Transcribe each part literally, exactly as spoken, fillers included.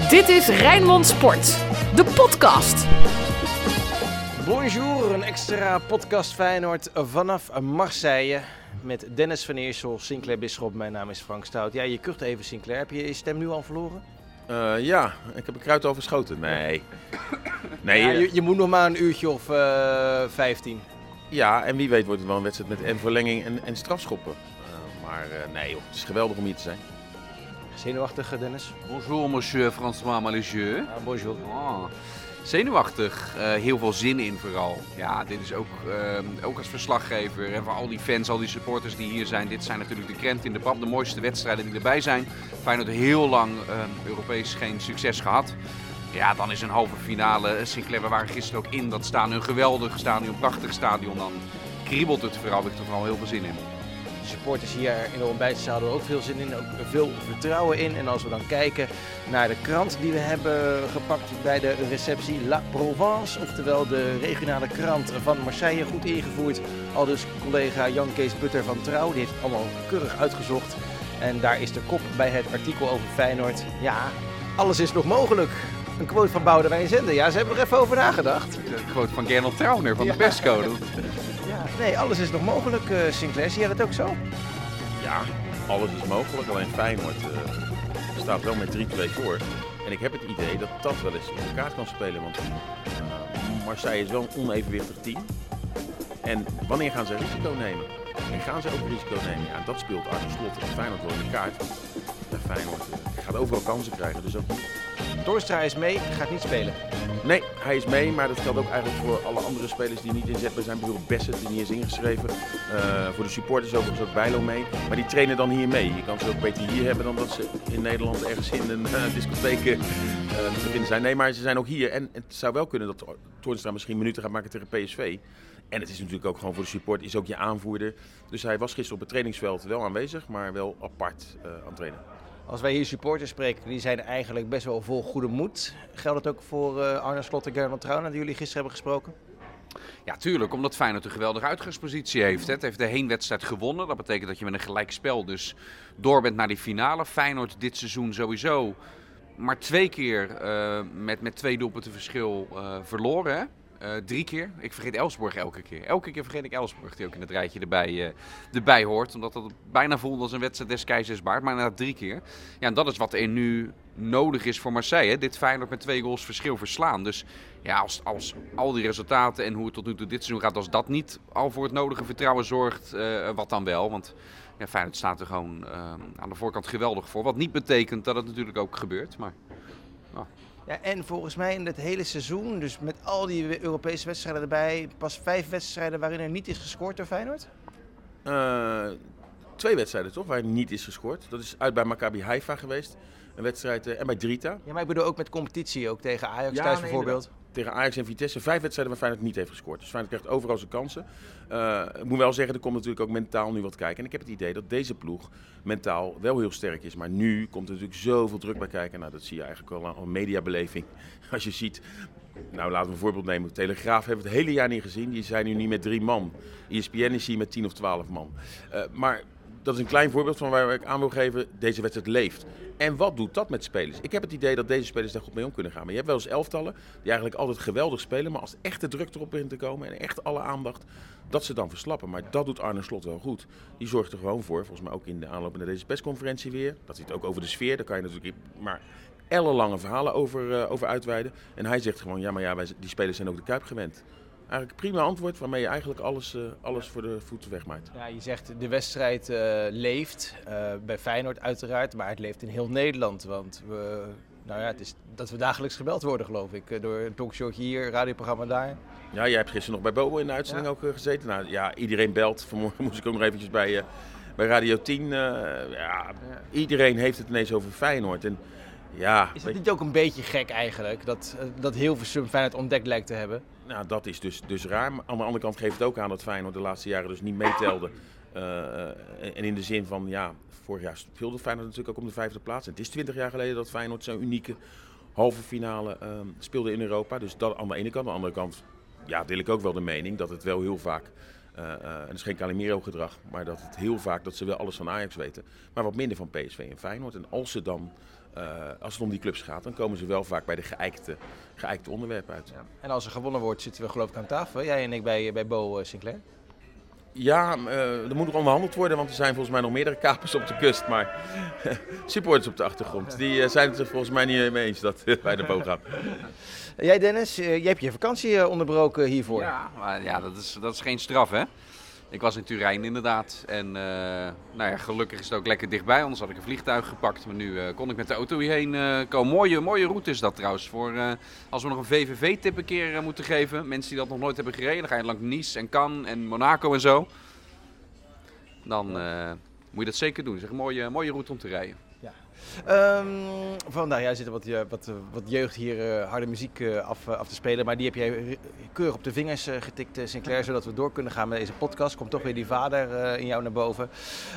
Dit is Rijnmond Sport, de podcast. Bonjour, een extra podcast Feyenoord vanaf Marseille. Met Dennis van Eersel, Sinclair Bisschop. Mijn naam is Frank Stout. Ja, je kucht even, Sinclair. Heb je je stem nu al verloren? Uh, ja, ik heb een kruid al verschoten. Nee. nee ja, je, je moet nog maar een uurtje of uh, vijftien. Ja, en wie weet wordt het wel een wedstrijd met en verlenging en, en strafschoppen. Uh, maar uh, nee joh, het is geweldig om hier te zijn. Zenuwachtig, Dennis? Bonjour, monsieur François Malicieux. Ah, bonjour. Oh. Zenuwachtig, uh, heel veel zin in vooral. Ja, dit is ook, uh, ook als verslaggever en voor al die fans, al die supporters die hier zijn. Dit zijn natuurlijk de krent in de pap, de mooiste wedstrijden die erbij zijn. Feyenoord heel lang uh, Europees geen succes gehad. Ja, dan is een halve finale. Sinclair, we waren gisteren ook in dat stadion, een geweldig stadion, een prachtig stadion. Dan kriebelt het vooral, heb ik er vooral heel veel zin in. De supporters hier in de ontbijtzaal hadden er ook veel zin in, ook veel vertrouwen in. En als we dan kijken naar de krant die we hebben gepakt bij de receptie La Provence, oftewel de regionale krant van Marseille, goed ingevoerd. Al dus collega Jan Kees Butter van Trouw, die heeft het allemaal keurig uitgezocht. En daar is de kop bij het artikel over Feyenoord. Ja, alles is nog mogelijk. Een quote van Boudewijn Zender. Ja, ze hebben er even over nagedacht. De quote van Gernot Trauner van ja. de perscode. Ja, nee, alles is nog mogelijk, uh, Sinclair. Zie jij dat ook zo? Ja, alles is mogelijk. Alleen Feyenoord uh, staat wel met drie twee voor. En ik heb het idee dat dat wel eens in elkaar kan spelen. Want uh, Marseille is wel een onevenwichtig team. En wanneer gaan ze risico nemen? En gaan ze ook risico nemen? Ja, dat speelt Arne Slot en Feyenoord wel in de kaart. Ja, Feyenoord uh, gaat overal kansen krijgen, dus ook niet. Toornstra is mee, gaat niet spelen. Nee, hij is mee, maar dat geldt ook eigenlijk voor alle andere spelers die niet inzetbaar zijn. Bijvoorbeeld Besset, die niet is ingeschreven. Uh, voor de supporters overigens ook Bijlo mee. Maar die trainen dan hier mee. Je kan ze ook beter hier hebben dan dat ze in Nederland ergens in een uh, discotheek uh, te vinden zijn. Nee, maar ze zijn ook hier. En het zou wel kunnen dat Toornstra misschien minuten gaat maken tegen P S V. En het is natuurlijk ook gewoon voor de support, is ook je aanvoerder. Dus hij was gisteren op het trainingsveld wel aanwezig, maar wel apart uh, aan het trainen. Als wij hier supporters spreken, die zijn eigenlijk best wel vol goede moed. Geldt dat ook voor uh, Arne Slot en Gernot Trauner, die jullie gisteren hebben gesproken? Ja, tuurlijk, omdat Feyenoord een geweldige uitgangspositie heeft. Hè. Het heeft de heenwedstrijd gewonnen. Dat betekent dat je met een gelijk spel dus door bent naar die finale. Feyenoord dit seizoen sowieso maar twee keer uh, met, met twee doelpunten verschil uh, verloren. Hè. Uh, drie keer. Ik vergeet Elfsborg elke keer. Elke keer vergeet ik Elfsborg, die ook in het rijtje erbij, uh, erbij hoort. Omdat dat bijna voelt als een wedstrijd des keizers baard. Maar inderdaad drie keer. Ja, en dat is wat er nu nodig is voor Marseille. Hè? Dit Feyenoord met twee goals verschil verslaan. Dus ja, als, als al die resultaten en hoe het tot nu toe dit seizoen gaat, als dat niet al voor het nodige vertrouwen zorgt, uh, wat dan wel? Want ja, Feyenoord staat er gewoon uh, aan de voorkant geweldig voor. Wat niet betekent dat het natuurlijk ook gebeurt. Maar, oh. Ja, en volgens mij in het hele seizoen, dus met al die Europese wedstrijden erbij, pas vijf wedstrijden waarin er niet is gescoord door Feyenoord? Uh, twee wedstrijden toch, waar niet is gescoord. Dat is uit bij Maccabi Haifa geweest, een wedstrijd, uh, en bij Drita. Ja, maar ik bedoel ook met competitie, ook tegen Ajax ja, thuis nee, bijvoorbeeld. Inderdaad. Tegen Ajax en Vitesse, vijf wedstrijden waar Feyenoord niet heeft gescoord. Dus Feyenoord krijgt overal zijn kansen. Uh, ik moet wel zeggen, er komt natuurlijk ook mentaal nu wat kijken. En ik heb het idee dat deze ploeg mentaal wel heel sterk is. Maar nu komt er natuurlijk zoveel druk bij kijken. Nou, dat zie je eigenlijk wel aan mediabeleving. Als je ziet, nou laten we een voorbeeld nemen. De Telegraaf hebben we het hele jaar niet gezien. Die zijn nu niet met drie man. E S P N is hier met tien of twaalf man. Uh, maar dat is een klein voorbeeld van waar ik aan wil geven. Deze wedstrijd leeft. En wat doet dat met spelers? Ik heb het idee dat deze spelers daar goed mee om kunnen gaan. Maar je hebt wel eens elftallen die eigenlijk altijd geweldig spelen. Maar als echt de druk erop begint te komen en echt alle aandacht, dat ze dan verslappen. Maar dat doet Arne Slot wel goed. Die zorgt er gewoon voor, volgens mij ook in de aanloop naar deze persconferentie weer. Dat zit ook over de sfeer, daar kan je natuurlijk maar ellenlange verhalen over, uh, over uitweiden. En hij zegt gewoon, ja maar ja, wij, die spelers zijn ook de Kuip gewend. Eigenlijk een prima antwoord waarmee je eigenlijk alles, uh, alles voor de voeten wegmaakt. Ja, je zegt de wedstrijd uh, leeft, uh, bij Feyenoord uiteraard, maar het leeft in heel Nederland. Want we, nou ja, het is dat we dagelijks gebeld worden geloof ik, door een talkshowtje hier, radioprogramma daar. Ja, jij hebt gisteren nog bij Bobo in de uitzending ja. ook uh, gezeten. Nou ja, iedereen belt. Vanmorgen moest ik ook nog eventjes bij, uh, bij Radio tien. Uh, ja, ja. Iedereen heeft het ineens over Feyenoord. En, ja, is het niet ook een beetje gek eigenlijk, dat, dat Hilversum Feyenoord ontdekt lijkt te hebben? Nou, dat is dus, dus raar. Maar aan de andere kant geeft het ook aan dat Feyenoord de laatste jaren dus niet meetelde. Uh, en in de zin van, ja, vorig jaar speelde Feyenoord natuurlijk ook om de vijfde plaats. En het is twintig jaar geleden dat Feyenoord zo'n unieke halve finale uh, speelde in Europa. Dus dat aan de ene kant. Aan de andere kant, ja, deel ik ook wel de mening dat het wel heel vaak Uh, uh, en dat is geen Calimero-gedrag, maar dat het heel vaak dat ze wel alles van Ajax weten. Maar wat minder van P S V en Feyenoord. En als, ze dan, uh, als het om die clubs gaat, dan komen ze wel vaak bij de geëikte, geëikte onderwerpen uit. Ja. En als er gewonnen wordt, zitten we geloof ik aan tafel. Jij en ik bij, bij Bo uh, Sinclair. Ja, uh, er moet nog onderhandeld worden, want er zijn volgens mij nog meerdere kapers op de kust. Maar supporters op de achtergrond, die uh, zijn het er volgens mij niet mee eens dat wij naar boven gaan. Jij Dennis, uh, jij hebt je vakantie uh, onderbroken hiervoor. Ja, maar ja dat, is, dat is geen straf hè. Ik was in Turijn inderdaad en uh, nou ja, gelukkig is het ook lekker dichtbij, anders had ik een vliegtuig gepakt. Maar nu uh, kon ik met de auto hierheen uh, komen. Mooie, mooie route is dat trouwens, voor, uh, als we nog een V V V-tip een keer uh, moeten geven. Mensen die dat nog nooit hebben gereden, dan ga je langs Nice en Cannes en Monaco en zo. Dan uh, moet je dat zeker doen. Het is een mooie, mooie route om te rijden. Ja. Um, vandaag, jij zit er wat, wat, wat jeugd hier uh, harde muziek uh, af, uh, af te spelen, maar die heb jij keurig op de vingers uh, getikt, uh, Sinclair, zodat we door kunnen gaan met deze podcast. Komt toch weer die vader uh, in jou naar boven.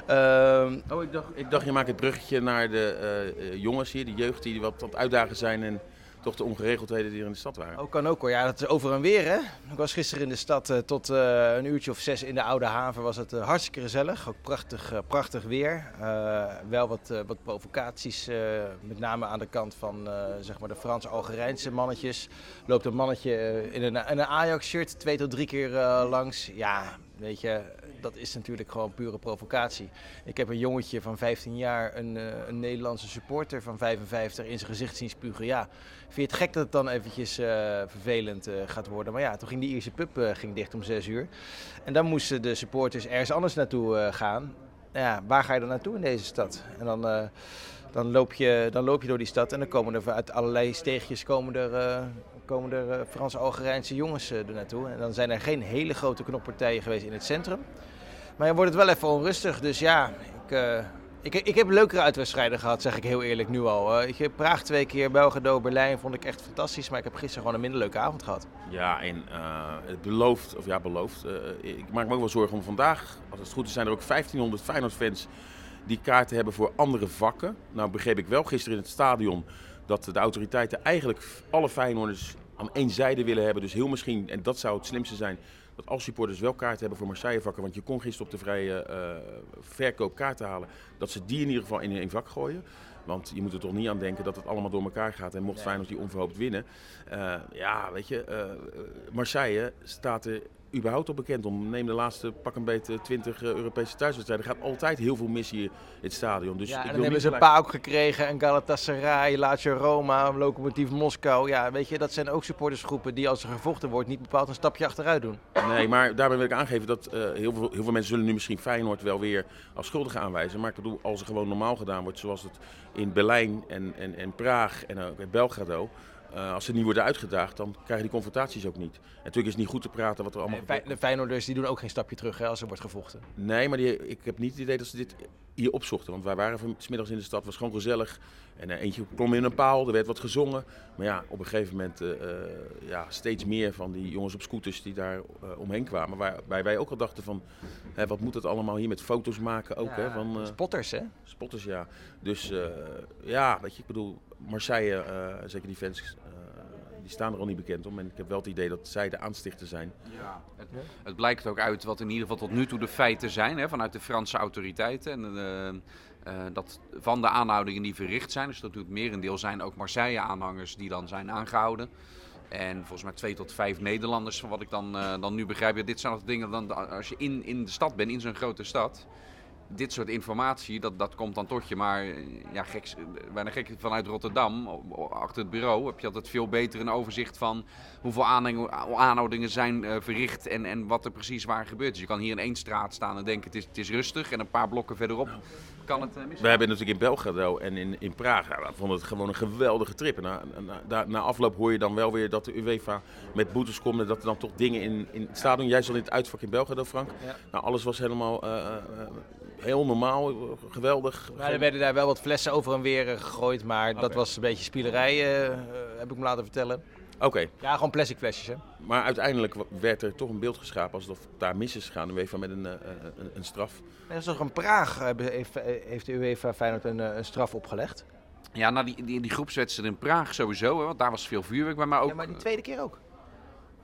Um, oh, ik dacht, ik dacht je maakt het bruggetje naar de uh, jongens hier, die jeugd die wat aan het uitdagen zijn en toch de ongeregeldheden die er in de stad waren. Ook kan ook hoor. Ja, dat is over en weer hè. Ik was gisteren in de stad uh, tot uh, een uurtje of zes in de Oude Haven. Was het uh, hartstikke gezellig. Ook prachtig, uh, prachtig weer. Uh, wel wat, uh, wat provocaties, uh, met name aan de kant van uh, zeg maar de Frans-Algerijnse mannetjes. Loopt een mannetje uh, in een, in een Ajax-shirt twee tot drie keer uh, langs. Ja, weet je, dat is natuurlijk gewoon pure provocatie. Ik heb een jongetje van vijftien jaar, een, uh, een Nederlandse supporter van vijfenvijftig in zijn gezicht zien spugen. Ja, vind je het gek dat het dan eventjes uh, vervelend uh, gaat worden? Maar ja, toen ging die Ierse pub uh, ging dicht om zes uur. En dan moesten de supporters ergens anders naartoe uh, gaan. Ja, waar ga je dan naartoe in deze stad? En dan, uh, dan, loop je, dan loop je door die stad en dan komen er uit allerlei steegjes komen er, uh, komen er uh, Frans-Algerijnse jongens uh, er naartoe. En dan zijn er geen hele grote knokpartijen geweest in het centrum. Maar dan wordt het wel even onrustig, dus ja, ik, uh, ik, ik heb leukere uitwedstrijden gehad, zeg ik heel eerlijk nu al. Uh, ik heb Praag twee keer, Belgrado, Berlijn vond ik echt fantastisch, maar ik heb gisteren gewoon een minder leuke avond gehad. Ja, en uh, het belooft, of ja belooft, uh, ik maak me ook wel zorgen om vandaag, als het goed is zijn er ook vijftienhonderd Feyenoord-fans die kaarten hebben voor andere vakken. Nou begreep ik wel gisteren in het stadion dat de autoriteiten eigenlijk alle Feyenoorders aan één zijde willen hebben, dus heel misschien, en dat zou het slimste zijn, dat als supporters wel kaarten hebben voor Marseille-vakken, want je kon gisteren op de vrije uh, verkoop kaarten halen, dat ze die in ieder geval in één vak gooien. Want je moet er toch niet aan denken dat het allemaal door elkaar gaat en mocht nee. Feyenoord die onverhoopt winnen. Uh, ja, weet je, uh, Marseille staat er überhaupt al bekend om. Neem de laatste pak een beetje twintig uh, Europese thuiswedstrijden. Er gaat altijd heel veel mis hier in het stadion. Dus ja, ik en dan wil hebben ze gelijk... P A O K gekregen en Galatasaray, Lazio Roma, Lokomotiv Moskou. Ja, weet je, dat zijn ook supportersgroepen die als er gevochten wordt niet bepaald een stapje achteruit doen. Nee, maar daarbij wil ik aangeven dat uh, heel, veel, heel veel mensen zullen nu misschien Feyenoord wel weer als schuldige aanwijzen. Maar ik bedoel, als er gewoon normaal gedaan wordt zoals het in Berlijn en, en, en Praag en ook in Belgrado. Uh, als ze niet worden uitgedaagd, dan krijg je die confrontaties ook niet. En natuurlijk is het niet goed te praten wat er allemaal... Nee, de Feyenoorders die doen ook geen stapje terug hè, als er wordt gevochten. Nee, maar die, ik heb niet het idee dat ze dit hier opzochten. Want wij waren vanmiddags in de stad, het was gewoon gezellig. En uh, eentje klom in een paal, er werd wat gezongen. Maar ja, op een gegeven moment uh, uh, ja, steeds meer van die jongens op scooters die daar uh, omheen kwamen. Waarbij wij ook al dachten van, hè, wat moet het allemaal hier met foto's maken ook. Ja, hè, van, uh, spotters hè? Spotters, ja. Dus uh, ja, weet je, ik bedoel, Marseille, uh, zeker die fans... Uh, Die staan er al niet bekend om en ik heb wel het idee dat zij de aanstichter zijn. Ja, het, het blijkt ook uit wat in ieder geval tot nu toe de feiten zijn hè, vanuit de Franse autoriteiten. En, uh, uh, dat van de aanhoudingen die verricht zijn, dus dat doet merendeel zijn ook Marseille-aanhangers die dan zijn aangehouden. En volgens mij twee tot vijf Nederlanders, van wat ik dan, uh, dan nu begrijp. Ja, dit zijn de dingen, dan, als je in, in de stad bent, in zo'n grote stad... Dit soort informatie, dat, dat komt dan tot je. Maar ja, gek, bijna gek vanuit Rotterdam, achter het bureau, heb je altijd veel beter een overzicht van hoeveel aanhoudingen zijn uh, verricht en, en wat er precies waar gebeurt. Dus je kan hier in één straat staan en denken het is, het is rustig en een paar blokken verderop kan het uh, misgaan. We hebben natuurlijk in Belgrado en in, in Praag, ja, we vonden het gewoon een geweldige trip. En na, na, na afloop hoor je dan wel weer dat de UEFA met boetes komt en dat er dan toch dingen in, in het stadion, jij zat in het uitvak in Belgrado, Frank. Ja. Nou, alles was helemaal... Uh, uh, Heel normaal, geweldig. Maar er werden daar wel wat flessen over en weer gegooid, maar okay. Dat was een beetje spielerij, uh, heb ik me laten vertellen. Oké. Okay. Ja, gewoon plastic flesjes, hè. Maar uiteindelijk werd er toch een beeld geschapen alsof daar mis is gegaan. De UEFA met een, een, een straf. Er is toch een Praag, heeft, heeft de UEFA Feyenoord een, een straf opgelegd? Ja, nou die, die, die groepswedstrijd in Praag sowieso, hè, want daar was veel vuurwerk bij, maar ook... Ja, maar die tweede keer ook.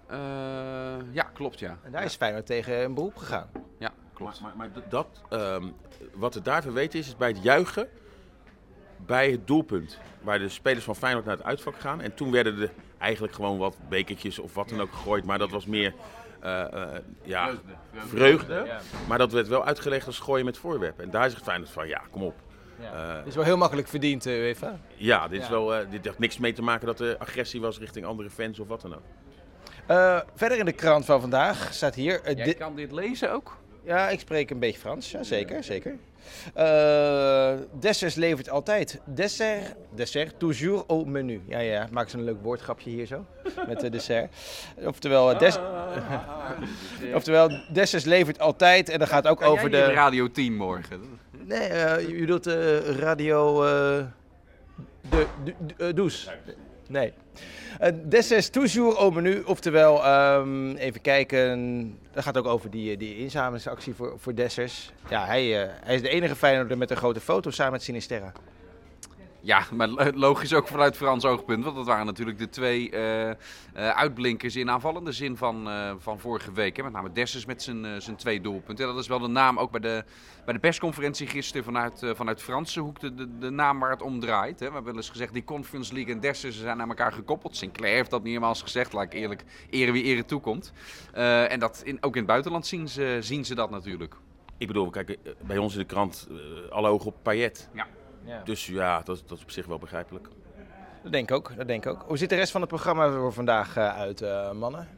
Uh, ja, klopt ja. En daar ja. is Feyenoord tegen een beroep gegaan. Ja, klopt. Maar, maar, maar dat, um, wat er daar verweten is, is bij het juichen bij het doelpunt. Waar de spelers van Feyenoord naar het uitvak gaan. En toen werden er eigenlijk gewoon wat bekertjes of wat dan ook gegooid. Maar dat was meer uh, uh, ja, vreugde. vreugde. Ja. Maar dat werd wel uitgelegd als gooien met voorwerpen. En daar zegt Feyenoord van ja, kom op. Ja. Uh, dit is wel heel makkelijk verdiend, uh, UEFA. Ja, dit, is ja. wel, uh, dit heeft niks mee te maken dat er agressie was richting andere fans of wat dan ook. Uh, verder in de krant van vandaag staat hier... Uh, Jij di- kan dit lezen ook? Ja, ik spreek een beetje Frans. Ja, zeker, zeker. Uh, Dessers levert altijd. Dessert, dessert, toujours au menu. Ja, ja, maak ze een leuk woordgrapje hier zo. Met de dessert. Oftewel, uh, des- Oftewel, Dessers levert altijd. En dat gaat ook kan over jij de... Radio tien morgen. Nee, uh, je bedoelt uh, radio... Uh, de, de, de uh, douze. Nee. Uh, Dessers toujours au menu, oftewel, um, even kijken, dat gaat ook over die, die inzamelingsactie voor, voor Dessers. Ja, hij, uh, hij is de enige Feyenoorder met een grote foto samen met Sinisterra. Ja, maar logisch ook vanuit Frans oogpunt, want dat waren natuurlijk de twee uh, uh, uitblinkers in aanvallende zin van, uh, van vorige week. Hè. Met name Dessers met zijn, uh, zijn twee doelpunten. Ja, dat is wel de naam ook bij de, bij de persconferentie gisteren vanuit, uh, vanuit Franse hoek, de, de, de naam waar het om draait. Hè. We hebben wel eens gezegd, die Conference League en Dessers zijn aan elkaar gekoppeld. Sinclair heeft dat niet helemaal eens gezegd, laat ik eerlijk ere wie ere toekomt. Uh, en dat in, ook in het buitenland zien ze, zien ze dat natuurlijk. Ik bedoel, kijk, bij ons in de krant, uh, alle ogen op Payet. Ja. Ja. Dus ja, dat, dat is op zich wel begrijpelijk. Dat denk ik ook, dat denk ik ook. Hoe ziet de rest van het programma er vandaag uh, uit, uh, mannen?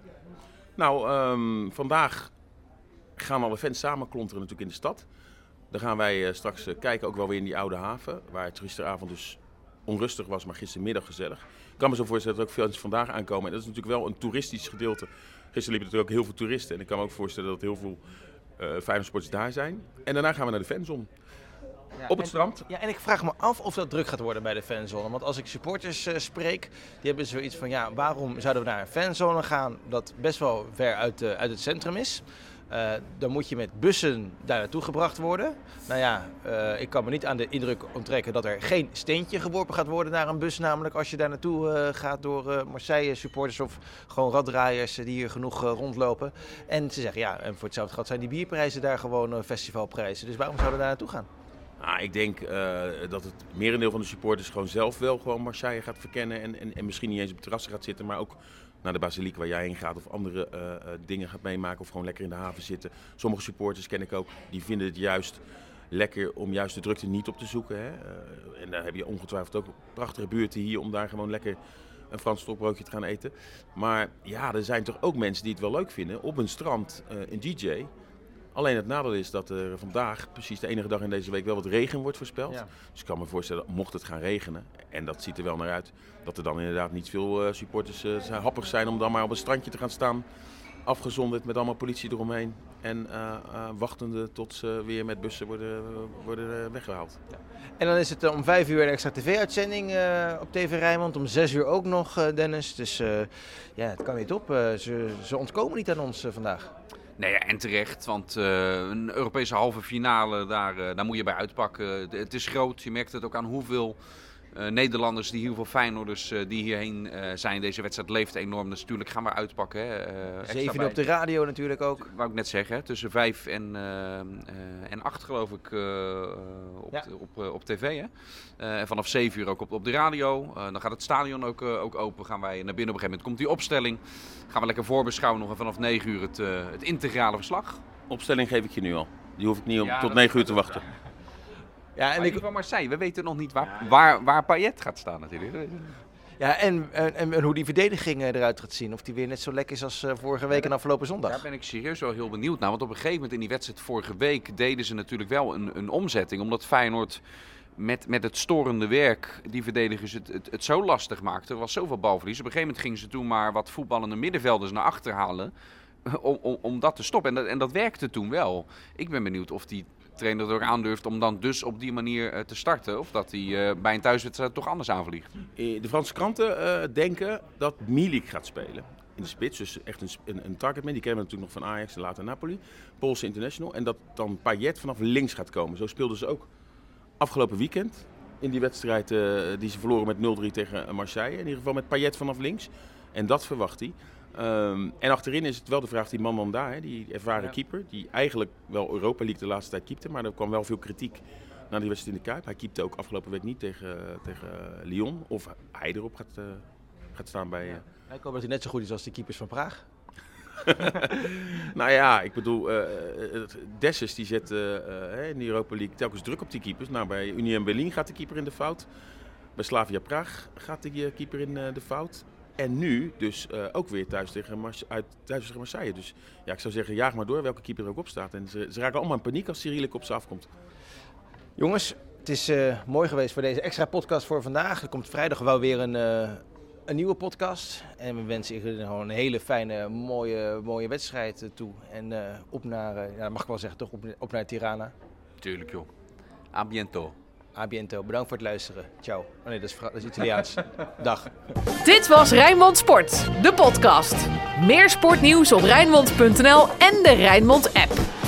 Nou, um, vandaag gaan alle fans samen klonteren natuurlijk in de stad. Dan gaan wij uh, straks uh, kijken ook wel weer in die oude haven, waar het gisteravond dus onrustig was, maar gistermiddag gezellig. Ik kan me zo voorstellen dat er ook veel mensen vandaag aankomen. En dat is natuurlijk wel een toeristisch gedeelte. Gisteren liepen natuurlijk ook heel veel toeristen en ik kan me ook voorstellen dat heel veel uh, Feyenoordsporters daar zijn. En daarna gaan we naar de fanzone. Ja, op het en, strand. Ja, en ik vraag me af of dat druk gaat worden bij de fanzone. Want als ik supporters uh, spreek, die hebben zoiets van, ja, waarom zouden we naar een fanzone gaan dat best wel ver uit, uh, uit het centrum is? Uh, dan moet je met bussen daar naartoe gebracht worden. Nou ja, uh, ik kan me niet aan de indruk onttrekken dat er geen steentje geworpen gaat worden naar een bus. Namelijk als je daar naartoe uh, gaat door uh, Marseille supporters of gewoon raddraaiers uh, die hier genoeg uh, rondlopen. En ze zeggen, ja, en voor hetzelfde geld zijn die bierprijzen daar gewoon uh, festivalprijzen. Dus waarom zouden we daar naartoe gaan? Nou, ik denk uh, dat het merendeel van de supporters gewoon zelf wel gewoon Marseille gaat verkennen. En, en, en misschien niet eens op het terras gaat zitten, maar ook naar de basiliek waar jij heen gaat of andere uh, uh, dingen gaat meemaken. Of gewoon lekker in de haven zitten. Sommige supporters ken ik ook, die vinden het juist lekker om juist de drukte niet op te zoeken. Hè? Uh, en daar heb je ongetwijfeld ook prachtige buurten hier om daar gewoon lekker een Frans stokbroodje te gaan eten. Maar ja, er zijn toch ook mensen die het wel leuk vinden op een strand, uh, een D J. Alleen het nadeel is dat er vandaag, precies de enige dag in deze week, wel wat regen wordt voorspeld. Ja. Dus ik kan me voorstellen, mocht het gaan regenen, en dat ziet er wel naar uit, dat er dan inderdaad niet veel uh, supporters uh, happig zijn om dan maar op een strandje te gaan staan. Afgezonderd met allemaal politie eromheen. En uh, uh, wachtende tot ze weer met bussen worden, uh, worden uh, weggehaald. Ja. En dan is het uh, om vijf uur een extra tv-uitzending uh, op T V Rijnmond. Om zes uur ook nog, uh, Dennis. Dus uh, ja, het kan niet op. Uh, ze, ze ontkomen niet aan ons uh, vandaag. Nee, ja, en terecht, want uh, een Europese halve finale, daar, uh, daar moet je bij uitpakken. Het is groot, je merkt het ook aan hoeveel uh, Nederlanders, die heel veel Feyenoorders uh, die hierheen uh, zijn. Deze wedstrijd leeft enorm, dus natuurlijk gaan we uitpakken. Hè. Uh, Zeven op de radio natuurlijk ook. Wou ik net zeggen, hè. Tussen vijf en, uh, uh, en acht geloof ik uh, op, ja. op, uh, op tv. Hè. Uh, en vanaf zeven uur ook op, op de radio. Uh, dan gaat het stadion ook, uh, ook open, gaan wij naar binnen. Op een gegeven moment komt die opstelling. Gaan we lekker voorbeschouwen nog en vanaf negen uur het, uh, het integrale verslag. Opstelling geef ik je nu al. Die hoef ik niet om ja, tot negen uur te wachten. Ja, en ik van Marseille, we weten nog niet waar, ja, ja. waar, waar Payet gaat staan natuurlijk. Ja, en, en, en hoe die verdediging eruit gaat zien. Of die weer net zo lekker is als uh, vorige week en afgelopen zondag. Daar ben ik serieus wel heel benieuwd naar. Want op een gegeven moment in die wedstrijd vorige week deden ze natuurlijk wel een, een omzetting. Omdat Feyenoord met, met het storende werk die verdedigers het, het, het zo lastig maakten. Er was zoveel balverlies. Op een gegeven moment gingen ze toen maar wat voetballende middenvelders naar achter halen. Om, om, om dat te stoppen. En dat, en dat werkte toen wel. Ik ben benieuwd of die trainer er ook aandurft om dan dus op die manier uh, te starten. Of dat hij uh, bij een thuiswedstrijd toch anders aanvliegt. De Franse kranten uh, denken dat Milik gaat spelen. In de spits, dus echt een, een, een targetman. Die kennen we natuurlijk nog van Ajax en later Napoli. Poolse international. En dat dan Payet vanaf links gaat komen. Zo speelden ze ook afgelopen weekend. In die wedstrijd uh, die ze verloren met nul drie tegen Marseille. In ieder geval met Payet vanaf links. En dat verwacht hij. Um, en achterin is het wel de vraag, die man man daar, hè, die ervaren Ja. keeper, die eigenlijk wel Europa League de laatste tijd keepte, maar er kwam wel veel kritiek na die wedstrijd in de Kuip. Hij keepte ook afgelopen week niet tegen, tegen Lyon, of hij erop gaat, uh, gaat staan bij... Uh... Ja, ik hoop dat hij net zo goed is als de keepers van Praag. Nou ja, ik bedoel, uh, Dessers die zet uh, uh, in de Europa League telkens druk op die keepers. Nou, bij Union Berlin gaat de keeper in de fout. Bij Slavia Praag gaat de uh, keeper in uh, de fout. En nu dus uh, ook weer thuis tegen, Mar- uit, thuis tegen Marseille. Dus ja, ik zou zeggen, jaag maar door welke keeper er ook op staat. En ze, ze raken allemaal in paniek als Cyrilik op ze afkomt. Jongens, het is uh, mooi geweest voor deze extra podcast voor vandaag. Er komt vrijdag wel weer een, uh, een nieuwe podcast. En we wensen jullie gewoon een hele fijne, mooie, mooie wedstrijd uh, toe. En uh, op naar, uh, ja, mag ik wel zeggen, toch op, op naar Tirana. Tuurlijk joh. A biento. A biento. Bedankt voor het luisteren. Ciao. Oh nee, dat is, dat is Italiaans. Dag. Dit was Rijnmond Sport, de podcast. Meer sportnieuws op Rijnmond punt n l en de Rijnmond app.